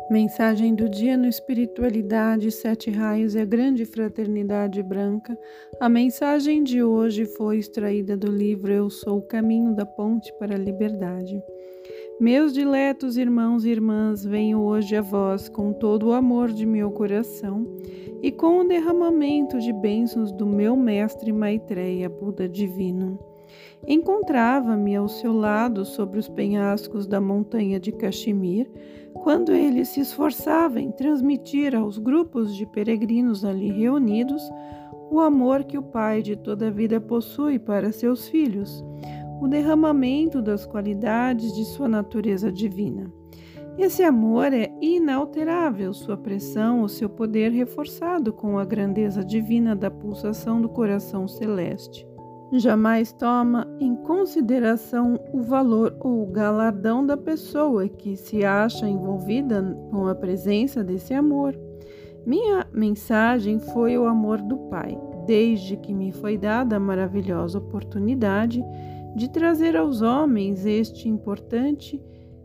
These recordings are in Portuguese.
Mensagem do dia no Espiritualidade, Sete Raios e a Grande Fraternidade Branca. A mensagem de hoje foi extraída do livro Eu Sou o Caminho da Ponte para a Liberdade. Meus diletos irmãos e irmãs, venho hoje a vós com todo o amor de meu coração e com o derramamento de bênçãos do meu mestre Maitreya, Buda Divino. Encontrava-me ao seu lado sobre os penhascos da montanha de Caxemir, quando ele se esforçava em transmitir aos grupos de peregrinos ali reunidos o amor que o Pai de toda a vida possui para seus filhos, o derramamento das qualidades de sua natureza divina. Esse amor é inalterável, sua pressão, o seu poder reforçado com a grandeza divina da pulsação do coração celeste. Jamais toma em consideração o valor ou o galardão da pessoa que se acha envolvida com a presença desse amor. Minha mensagem foi o amor do Pai, desde que me foi dada a maravilhosa oportunidade de trazer aos homens este importante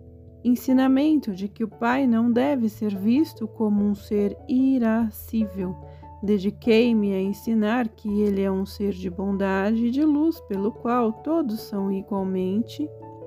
ensinamento de que o Pai não deve ser visto como um ser irascível. Dediquei-me a ensinar que ele é um ser de bondade e de luz, pelo qual todos são igualmente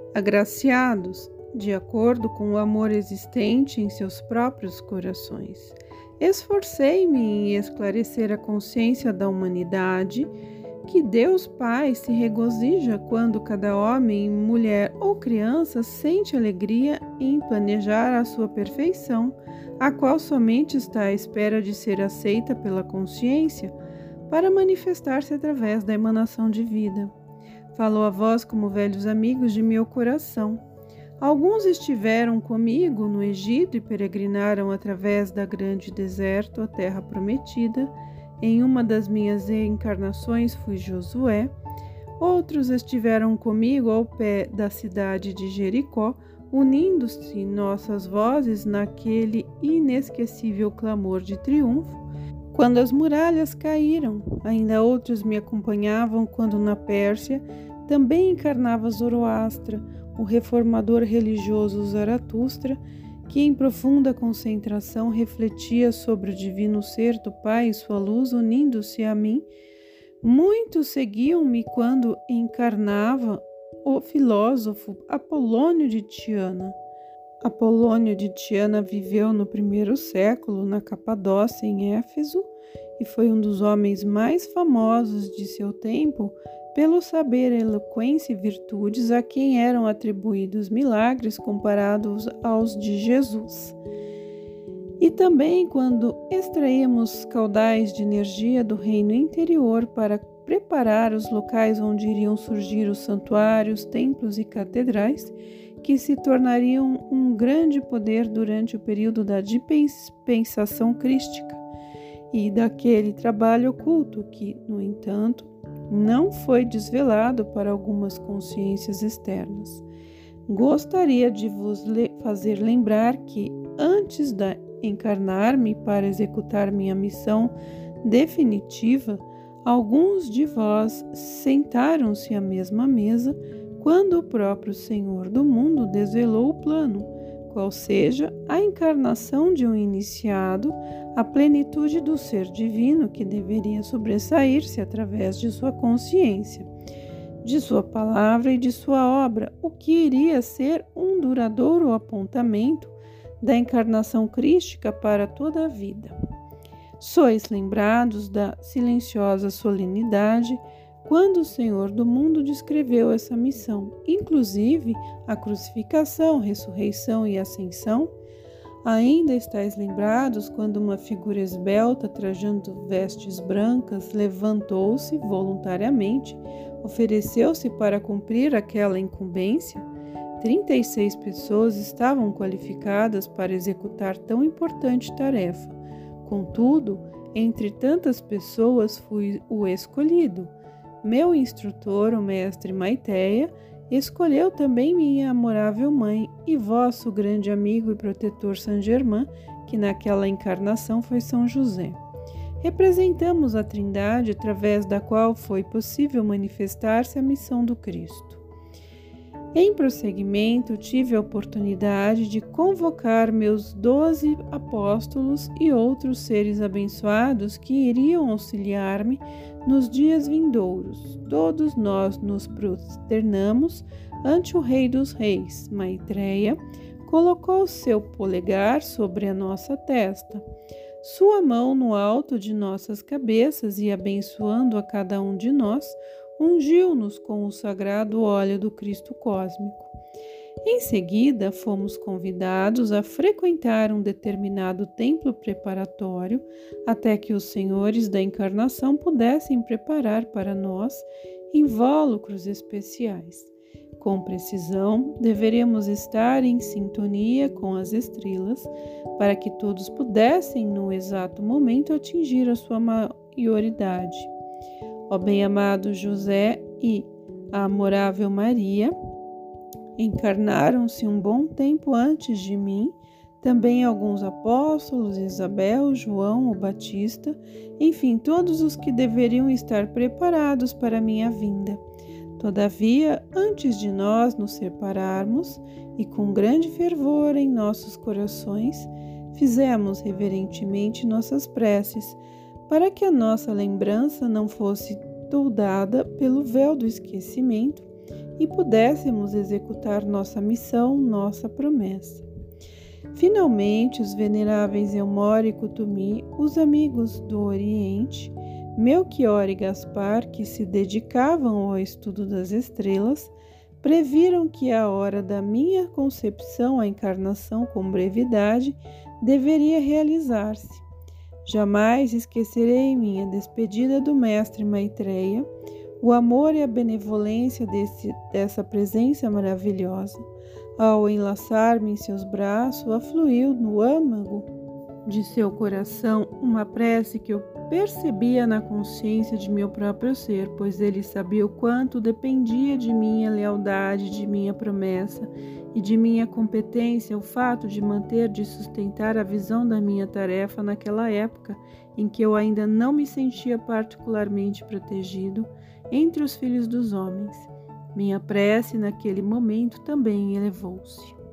agraciados, de acordo com o amor existente em seus próprios corações. Esforcei-me em esclarecer a consciência da humanidade que Deus Pai se regozija quando cada homem, mulher ou criança sente alegria em planejar a sua perfeição, a qual somente está à espera de ser aceita pela consciência para manifestar-se através da emanação de vida. Falou a vós como velhos amigos de meu coração. Alguns estiveram comigo no Egito e peregrinaram através da grande deserto à terra prometida. Em uma das minhas encarnações fui Josué. Outros estiveram comigo ao pé da cidade de Jericó, unindo-se nossas vozes naquele inesquecível clamor de triunfo, quando as muralhas caíram. Ainda outros me acompanhavam quando na Pérsia também encarnava Zoroastra, o reformador religioso Zaratustra, que em profunda concentração refletia sobre o divino ser do Pai e sua luz unindo-se a mim. Muitos seguiam-me quando encarnava o filósofo Apolônio de Tiana. Apolônio de Tiana viveu no primeiro século na Capadócia, em Éfeso, e foi um dos homens mais famosos de seu tempo pelo saber, eloquência e virtudes a quem eram atribuídos milagres comparados aos de Jesus. E também quando extraímos caudais de energia do reino interior para preparar os locais onde iriam surgir os santuários, templos e catedrais, que se tornariam um grande poder durante o período da dispensação crística e daquele trabalho oculto que, no entanto, não foi desvelado para algumas consciências externas. Gostaria de vos fazer lembrar que, antes de encarnar-me para executar minha missão definitiva, alguns de vós sentaram-se à mesma mesa quando o próprio Senhor do mundo desvelou o plano, qual seja a encarnação de um iniciado, a plenitude do ser divino que deveria sobressair-se através de sua consciência, de sua palavra e de sua obra, o que iria ser um duradouro apontamento da encarnação crística para toda a vida. Sois lembrados da silenciosa solenidade quando o Senhor do mundo descreveu essa missão, inclusive a crucificação, ressurreição e ascensão. Ainda estáis lembrados quando uma figura esbelta, trajando vestes brancas, levantou-se voluntariamente, ofereceu-se para cumprir aquela incumbência? 36 pessoas estavam qualificadas para executar tão importante tarefa. Contudo, entre tantas pessoas fui o escolhido. Meu instrutor, o mestre Maitreya, escolheu também minha amorável mãe e vosso grande amigo e protetor Saint-Germain, que naquela encarnação foi São José. Representamos a Trindade através da qual foi possível manifestar-se a missão do Cristo. Em prosseguimento, tive a oportunidade de convocar meus 12 apóstolos e outros seres abençoados que iriam auxiliar-me nos dias vindouros. Todos nós nos prosternamos ante o Rei dos Reis. Maitreya colocou seu polegar sobre a nossa testa, sua mão no alto de nossas cabeças e, abençoando a cada um de nós, ungiu-nos com o sagrado óleo do Cristo cósmico. Em seguida, fomos convidados a frequentar um determinado templo preparatório até que os senhores da encarnação pudessem preparar para nós invólucros especiais. Com precisão, deveríamos estar em sintonia com as estrelas para que todos pudessem, no exato momento, atingir a sua maioridade. Ó bem-amado José e a amorável Maria encarnaram-se um bom tempo antes de mim, também alguns apóstolos, Isabel, João, o Batista, enfim, todos os que deveriam estar preparados para a minha vinda. Todavia, antes de nós nos separarmos, e com grande fervor em nossos corações, fizemos reverentemente nossas preces, para que a nossa lembrança não fosse toldada pelo véu do esquecimento e pudéssemos executar nossa missão, nossa promessa. Finalmente, os veneráveis Elmore e Kutumi, os amigos do Oriente, Melchior e Gaspar, que se dedicavam ao estudo das estrelas, previram que a hora da minha concepção, a encarnação com brevidade, deveria realizar-se. Jamais esquecerei minha despedida do mestre Maitreya, o amor e a benevolência dessa presença maravilhosa. Ao enlaçar-me em seus braços, afluiu no âmago de seu coração uma prece que eu percebia na consciência de meu próprio ser, pois ele sabia o quanto dependia de minha lealdade, de minha promessa e de minha competência o fato de manter, de sustentar a visão da minha tarefa naquela época em que eu ainda não me sentia particularmente protegido entre os filhos dos homens. Minha prece naquele momento também elevou-se.